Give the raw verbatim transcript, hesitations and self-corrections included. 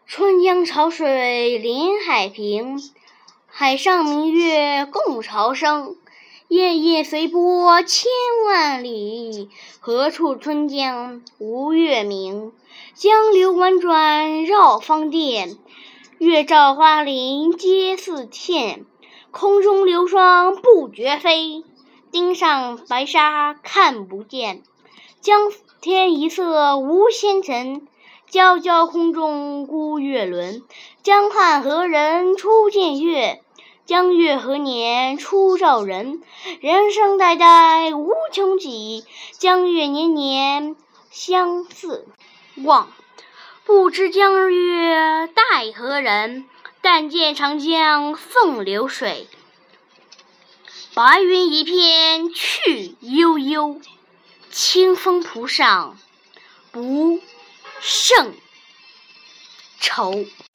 春江潮水连海平，海上明月共潮生。夜夜随波千万里，何处春江无月明？江流宛转绕芳甸，月照花林皆似钿。空中流霜不觉飞，汀上白沙看不见。江天一色无纤尘，皎皎空中孤月轮。江汉何人初见月？江月何年初照人？人生代代无穷几，江月年年相似望。不知江月待何人？但见长江凤流水。白云一片去悠悠，清风浦上不胜愁。